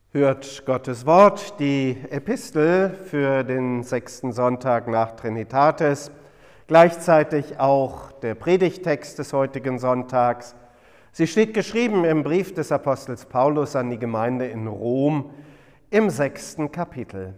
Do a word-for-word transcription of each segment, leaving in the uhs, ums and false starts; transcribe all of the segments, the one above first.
Hört Gottes Wort, die Epistel für den sechsten Sonntag nach Trinitatis, gleichzeitig auch der Predigttext des heutigen Sonntags. Sie steht geschrieben im Brief des Apostels Paulus an die Gemeinde in Rom im sechsten Kapitel.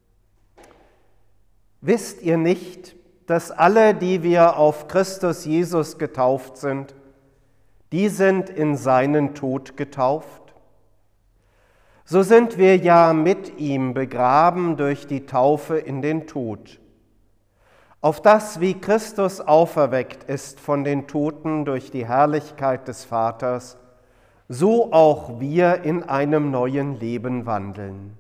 Wisst ihr nicht, dass alle, die wir auf Christus Jesus getauft sind, die sind in seinen Tod getauft? So sind wir ja mit ihm begraben durch die Taufe in den Tod, auf das, wie Christus auferweckt ist von den Toten durch die Herrlichkeit des Vaters, so auch wir in einem neuen Leben wandeln.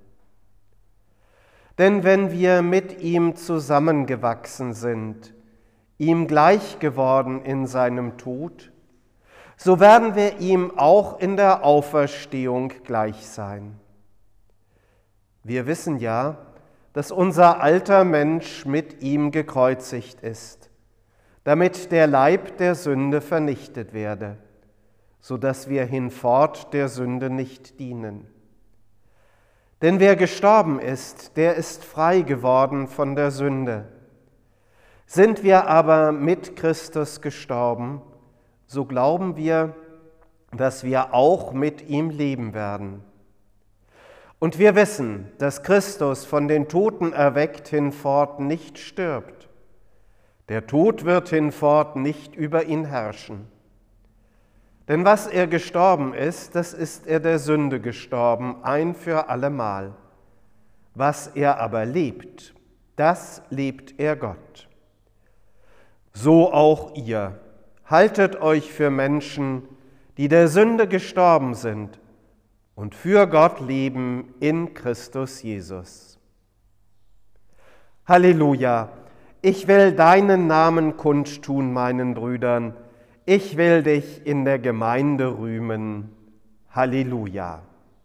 Denn wenn wir mit ihm zusammengewachsen sind, ihm gleich geworden in seinem Tod, so werden wir ihm auch in der Auferstehung gleich sein. Wir wissen ja, dass unser alter Mensch mit ihm gekreuzigt ist, damit der Leib der Sünde vernichtet werde, so dass wir hinfort der Sünde nicht dienen. Denn wer gestorben ist, der ist frei geworden von der Sünde. Sind wir aber mit Christus gestorben, so glauben wir, dass wir auch mit ihm leben werden. Und wir wissen, dass Christus von den Toten erweckt hinfort nicht stirbt. Der Tod wird hinfort nicht über ihn herrschen. Denn was er gestorben ist, das ist er der Sünde gestorben, ein für allemal. Was er aber lebt, das lebt er Gott. So auch ihr. Haltet euch für Menschen, die der Sünde gestorben sind und für Gott leben in Christus Jesus. Halleluja! Ich will deinen Namen kundtun, meinen Brüdern. Ich will dich in der Gemeinde rühmen. Halleluja!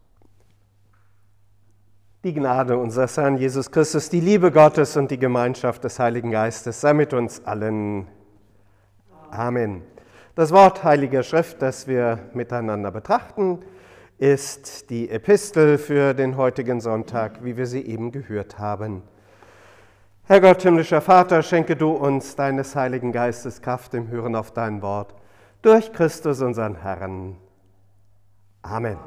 Die Gnade unseres Herrn Jesus Christus, die Liebe Gottes und die Gemeinschaft des Heiligen Geistes sei mit uns allen. Amen. Das Wort Heiliger Schrift, das wir miteinander betrachten, ist die Epistel für den heutigen Sonntag, wie wir sie eben gehört haben. Herr Gott, himmlischer Vater, schenke du uns deines Heiligen Geistes Kraft im Hören auf dein Wort, durch Christus unseren Herrn. Amen.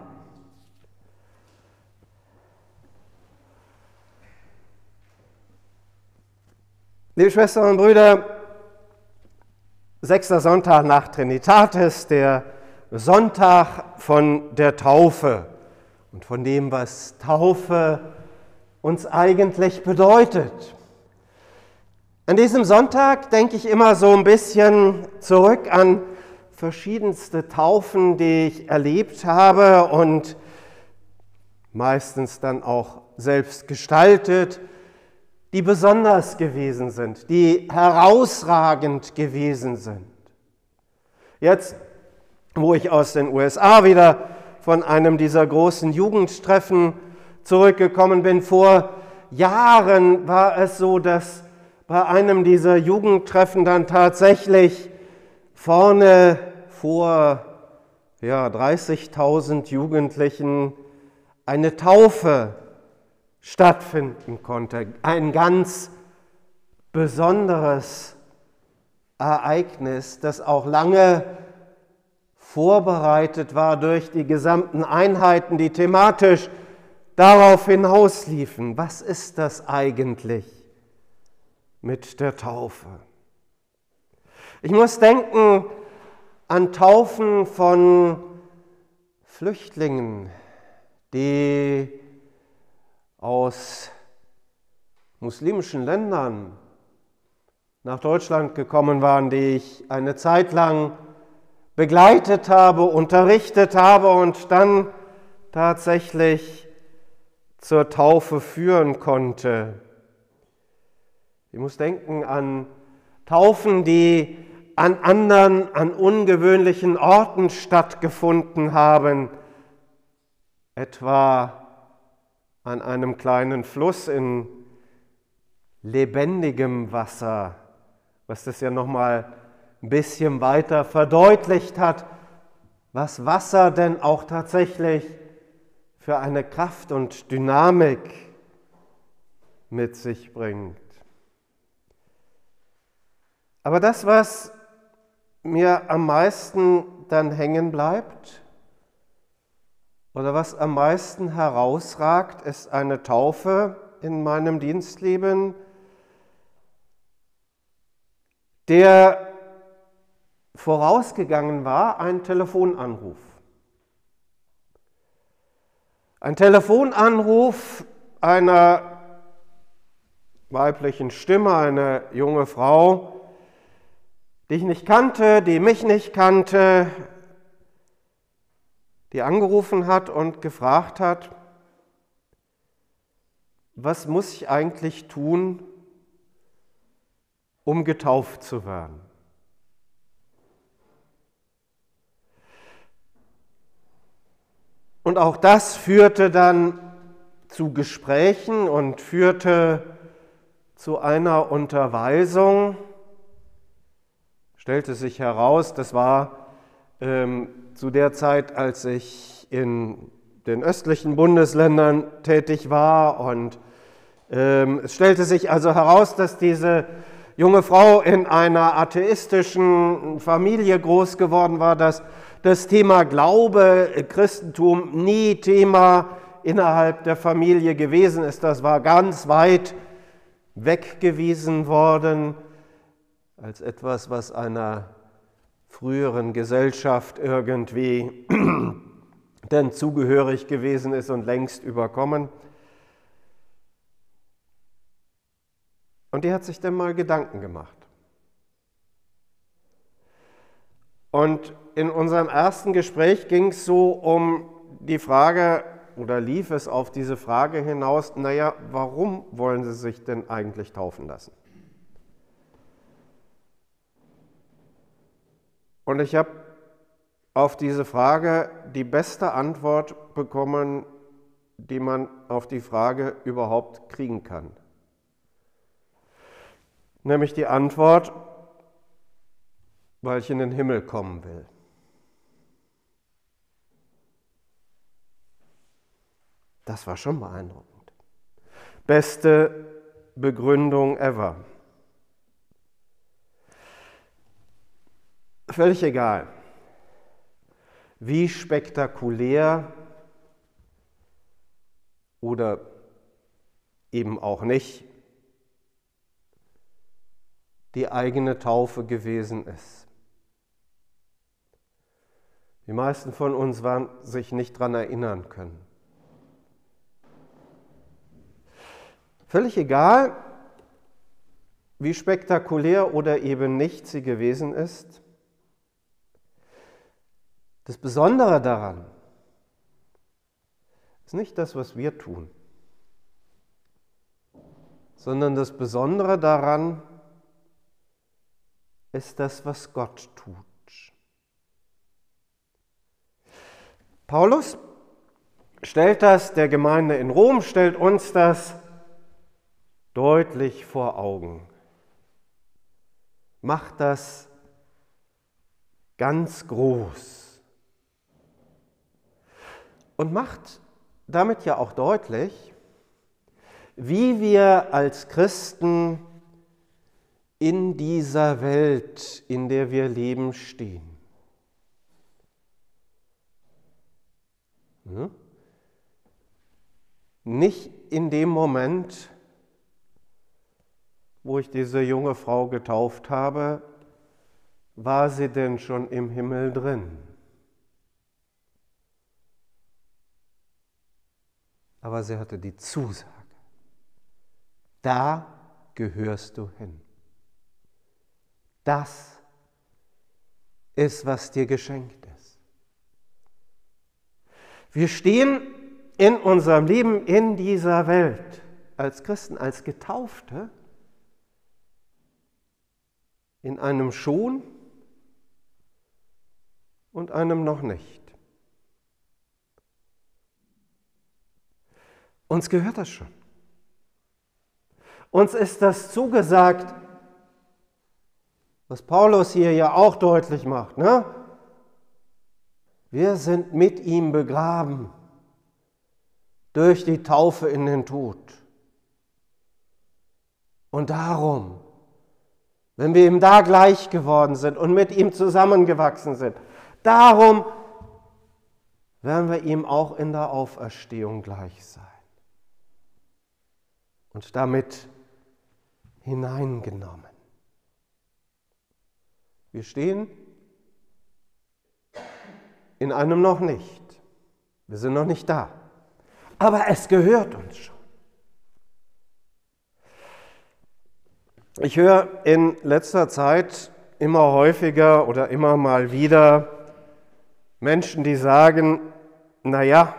Liebe Schwestern und Brüder, sechster Sonntag nach Trinitatis, der Sonntag von der Taufe und von dem, was Taufe uns eigentlich bedeutet. An diesem Sonntag denke ich immer so ein bisschen zurück an verschiedenste Taufen, die ich erlebt habe und meistens dann auch selbst gestaltet, die besonders gewesen sind, die herausragend gewesen sind. Jetzt, wo ich aus den U S A wieder von einem dieser großen Jugendtreffen zurückgekommen bin, vor Jahren war es so, dass bei einem dieser Jugendtreffen dann tatsächlich vorne vor ja, dreißigtausend Jugendlichen eine Taufe stattfinden konnte. Ein ganz besonderes Ereignis, das auch lange vorbereitet war durch die gesamten Einheiten, die thematisch darauf hinausliefen. Was ist das eigentlich mit der Taufe? Ich muss denken an Taufen von Flüchtlingen, die aus muslimischen Ländern nach Deutschland gekommen waren, die ich eine Zeit lang begleitet habe, unterrichtet habe und dann tatsächlich zur Taufe führen konnte. Ich muss denken an Taufen, die an anderen, an ungewöhnlichen Orten stattgefunden haben, etwa an einem kleinen Fluss in lebendigem Wasser, was das ja nochmal ein bisschen weiter verdeutlicht hat, was Wasser denn auch tatsächlich für eine Kraft und Dynamik mit sich bringt. Aber das, was mir am meisten dann hängen bleibt oder was am meisten herausragt, ist eine Taufe in meinem Dienstleben, der vorausgegangen war, ein Telefonanruf. Ein Telefonanruf einer weiblichen Stimme, eine junge Frau, die ich nicht kannte, die mich nicht kannte, die angerufen hat und gefragt hat, was muss ich eigentlich tun, um getauft zu werden? Und auch das führte dann zu Gesprächen und führte zu einer Unterweisung. Stellte sich heraus, das war ähm, zu der Zeit, als ich in den östlichen Bundesländern tätig war. Und ähm, es stellte sich also heraus, dass diese junge Frau in einer atheistischen Familie groß geworden war, dass das Thema Glaube, Christentum nie Thema innerhalb der Familie gewesen ist. Das war ganz weit weggewiesen worden als etwas, was einer früheren Gesellschaft irgendwie denn zugehörig gewesen ist und längst überkommen. Und die hat sich dann mal Gedanken gemacht. Und in unserem ersten Gespräch ging es so um die Frage, oder lief es auf diese Frage hinaus, naja, warum wollen Sie sich denn eigentlich taufen lassen? Und ich habe auf diese Frage die beste Antwort bekommen, die man auf die Frage überhaupt kriegen kann. Nämlich die Antwort, weil ich in den Himmel kommen will. Das war schon beeindruckend. Beste Begründung ever. Völlig egal, wie spektakulär oder eben auch nicht die eigene Taufe gewesen ist. Die meisten von uns werden sich nicht daran erinnern können. Völlig egal, wie spektakulär oder eben nicht sie gewesen ist. Das Besondere daran ist nicht das, was wir tun, sondern das Besondere daran ist das, was Gott tut. Paulus stellt das der Gemeinde in Rom, stellt uns das deutlich vor Augen. Macht das ganz groß. Und macht damit ja auch deutlich, wie wir als Christen in dieser Welt, in der wir leben, stehen. Hm? Nicht in dem Moment, wo ich diese junge Frau getauft habe, war sie denn schon im Himmel drin. Aber sie hatte die Zusage, da gehörst du hin. Das ist, was dir geschenkt ist. Wir stehen in unserem Leben in dieser Welt als Christen, als Getaufte, in einem schon und einem noch nicht. Uns gehört das schon. Uns ist das zugesagt, was Paulus hier ja auch deutlich macht, ne? Wir sind mit ihm begraben durch die Taufe in den Tod. Und darum, wenn wir ihm da gleich geworden sind und mit ihm zusammengewachsen sind, darum werden wir ihm auch in der Auferstehung gleich sein. Und damit hineingenommen. Wir stehen in einem noch nicht. Wir sind noch nicht da. Aber es gehört uns schon. Ich höre in letzter Zeit immer häufiger oder immer mal wieder Menschen, die sagen, naja,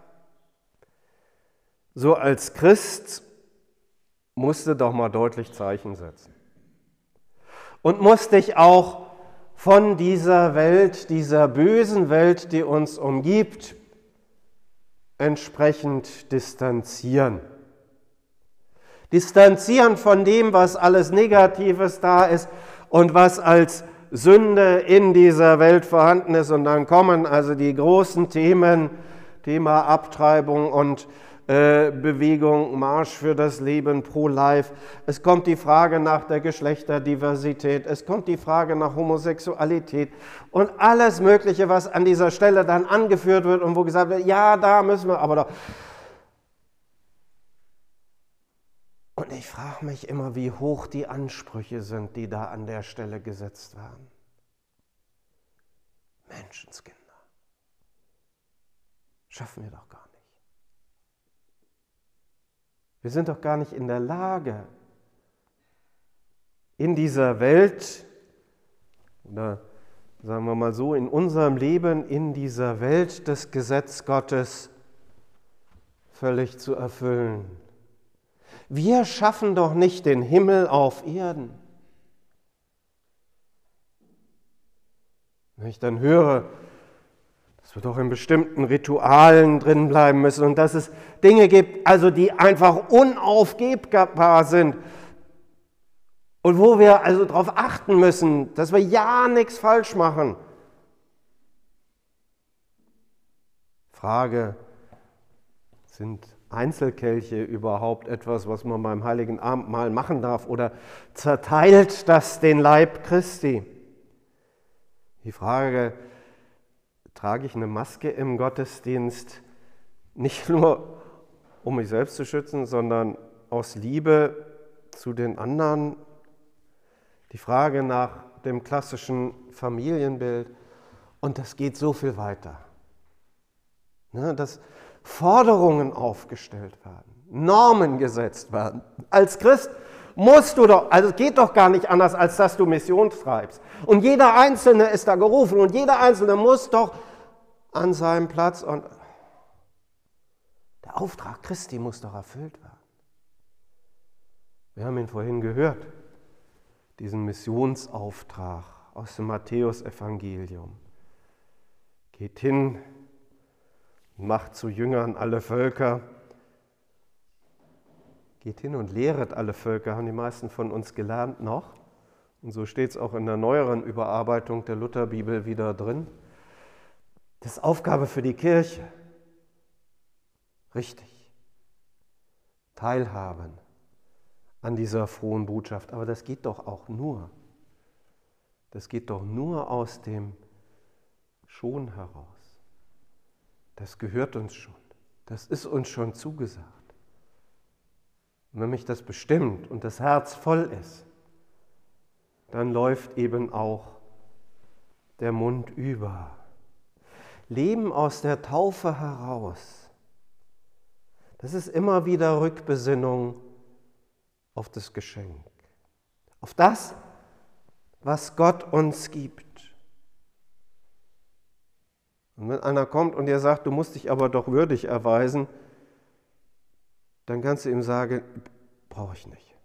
so als Christ musst du doch mal deutlich Zeichen setzen. Und musst dich auch von dieser Welt, dieser bösen Welt, die uns umgibt, entsprechend distanzieren. Distanzieren von dem, was alles Negatives da ist und was als Sünde in dieser Welt vorhanden ist. Und dann kommen also die großen Themen, Thema Abtreibung und äh, Bewegung, Marsch für das Leben, Pro-Life. Es kommt die Frage nach der Geschlechterdiversität, es kommt die Frage nach Homosexualität und alles Mögliche, was an dieser Stelle dann angeführt wird und wo gesagt wird, ja, da müssen wir aber doch. Und ich frage mich immer, wie hoch die Ansprüche sind, die da an der Stelle gesetzt werden. Menschenskinder. Schaffen wir doch gar nicht. Wir sind doch gar nicht in der Lage, in dieser Welt, oder sagen wir mal so, in unserem Leben, in dieser Welt das Gesetz Gottes völlig zu erfüllen. Wir schaffen doch nicht den Himmel auf Erden. Wenn ich dann höre, dass wir doch in bestimmten Ritualen drin bleiben müssen und dass es Dinge gibt, also die einfach unaufgebbar sind und wo wir also darauf achten müssen, dass wir ja nichts falsch machen. Frage, sind Einzelkelche überhaupt etwas, was man beim Heiligen Abendmahl machen darf, oder zerteilt das den Leib Christi? Die Frage, trage ich eine Maske im Gottesdienst nicht nur, um mich selbst zu schützen, sondern aus Liebe zu den anderen? Die Frage nach dem klassischen Familienbild. Und das geht so viel weiter. Ne, dass Forderungen aufgestellt werden, Normen gesetzt werden. Als Christ musst du doch, also es geht doch gar nicht anders, als dass du Mission treibst. Und jeder Einzelne ist da gerufen und jeder Einzelne muss doch an seinem Platz und der Auftrag Christi muss doch erfüllt werden. Wir haben ihn vorhin gehört, diesen Missionsauftrag aus dem Matthäusevangelium. Geht hin, macht zu Jüngern alle Völker. Geht hin und lehret alle Völker, haben die meisten von uns gelernt noch. Und so steht es auch in der neueren Überarbeitung der Lutherbibel wieder drin. Das ist Aufgabe für die Kirche. Richtig. Teilhaben an dieser frohen Botschaft. Aber das geht doch auch nur. Das geht doch nur aus dem Schon heraus. Das gehört uns schon. Das ist uns schon zugesagt. Und wenn mich das bestimmt und das Herz voll ist, dann läuft eben auch der Mund über. Leben aus der Taufe heraus. Das ist immer wieder Rückbesinnung auf das Geschenk. Auf das, was Gott uns gibt. Und wenn einer kommt und dir sagt, du musst dich aber doch würdig erweisen, dann kannst du ihm sagen, brauche ich nicht.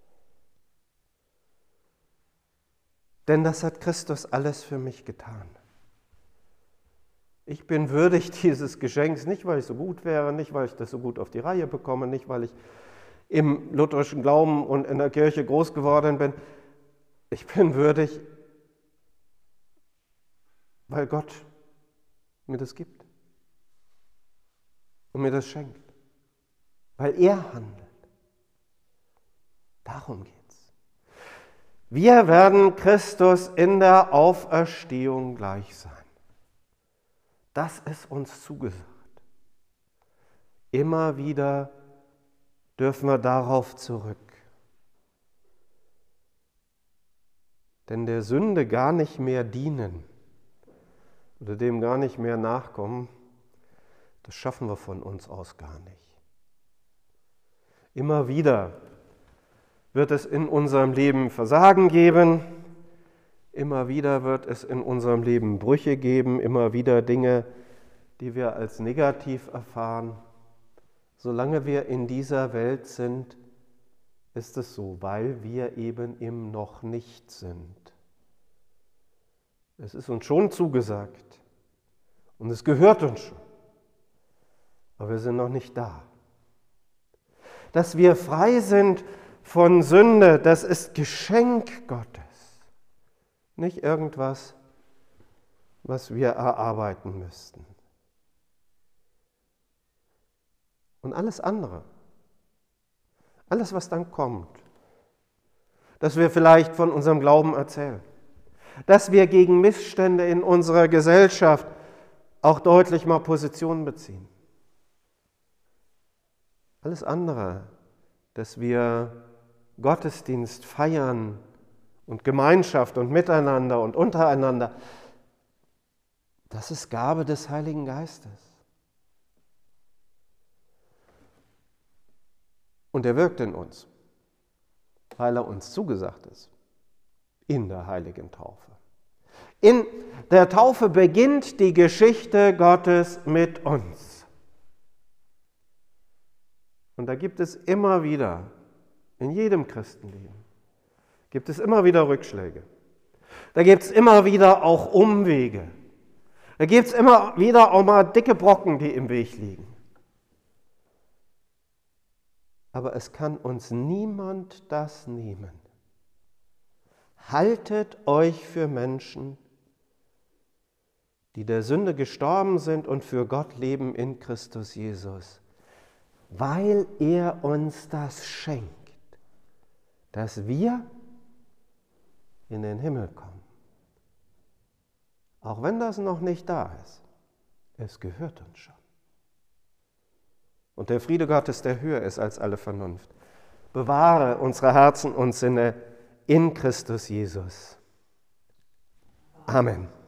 Denn das hat Christus alles für mich getan. Ich bin würdig dieses Geschenks, nicht weil ich so gut wäre, nicht weil ich das so gut auf die Reihe bekomme, nicht weil ich im lutherischen Glauben und in der Kirche groß geworden bin. Ich bin würdig, weil Gott mir das gibt und mir das schenkt. weil er handelt. Darum geht's. Wir werden Christus in der Auferstehung gleich sein. Das ist uns zugesagt. Immer wieder dürfen wir darauf zurück. Denn der Sünde gar nicht mehr dienen oder dem gar nicht mehr nachkommen, das schaffen wir von uns aus gar nicht. Immer wieder wird es in unserem Leben Versagen geben, immer wieder wird es in unserem Leben Brüche geben, immer wieder Dinge, die wir als negativ erfahren. Solange wir in dieser Welt sind, ist es so, weil wir eben im Noch nicht sind. Es ist uns schon zugesagt und es gehört uns schon, aber wir sind noch nicht da. Dass wir frei sind von Sünde, das ist Geschenk Gottes, nicht irgendwas, was wir erarbeiten müssten. Und alles andere, alles, was dann kommt, dass wir vielleicht von unserem Glauben erzählen, dass wir gegen Missstände in unserer Gesellschaft auch deutlich mal Position beziehen. Alles andere, dass wir Gottesdienst feiern und Gemeinschaft und Miteinander und untereinander, das ist Gabe des Heiligen Geistes. Und er wirkt in uns, weil er uns zugesagt ist, in der heiligen Taufe. In der Taufe beginnt die Geschichte Gottes mit uns. Und da gibt es immer wieder, in jedem Christenleben, gibt es immer wieder Rückschläge. Da gibt es immer wieder auch Umwege. Da gibt es immer wieder auch mal dicke Brocken, die im Weg liegen. Aber es kann uns niemand das nehmen. Haltet euch für Menschen, die der Sünde gestorben sind und für Gott leben in Christus Jesus, weil er uns das schenkt, dass wir in den Himmel kommen. Auch wenn das noch nicht da ist, es gehört uns schon. Und der Friede Gottes, der höher ist als alle Vernunft, bewahre unsere Herzen und Sinne in Christus Jesus. Amen.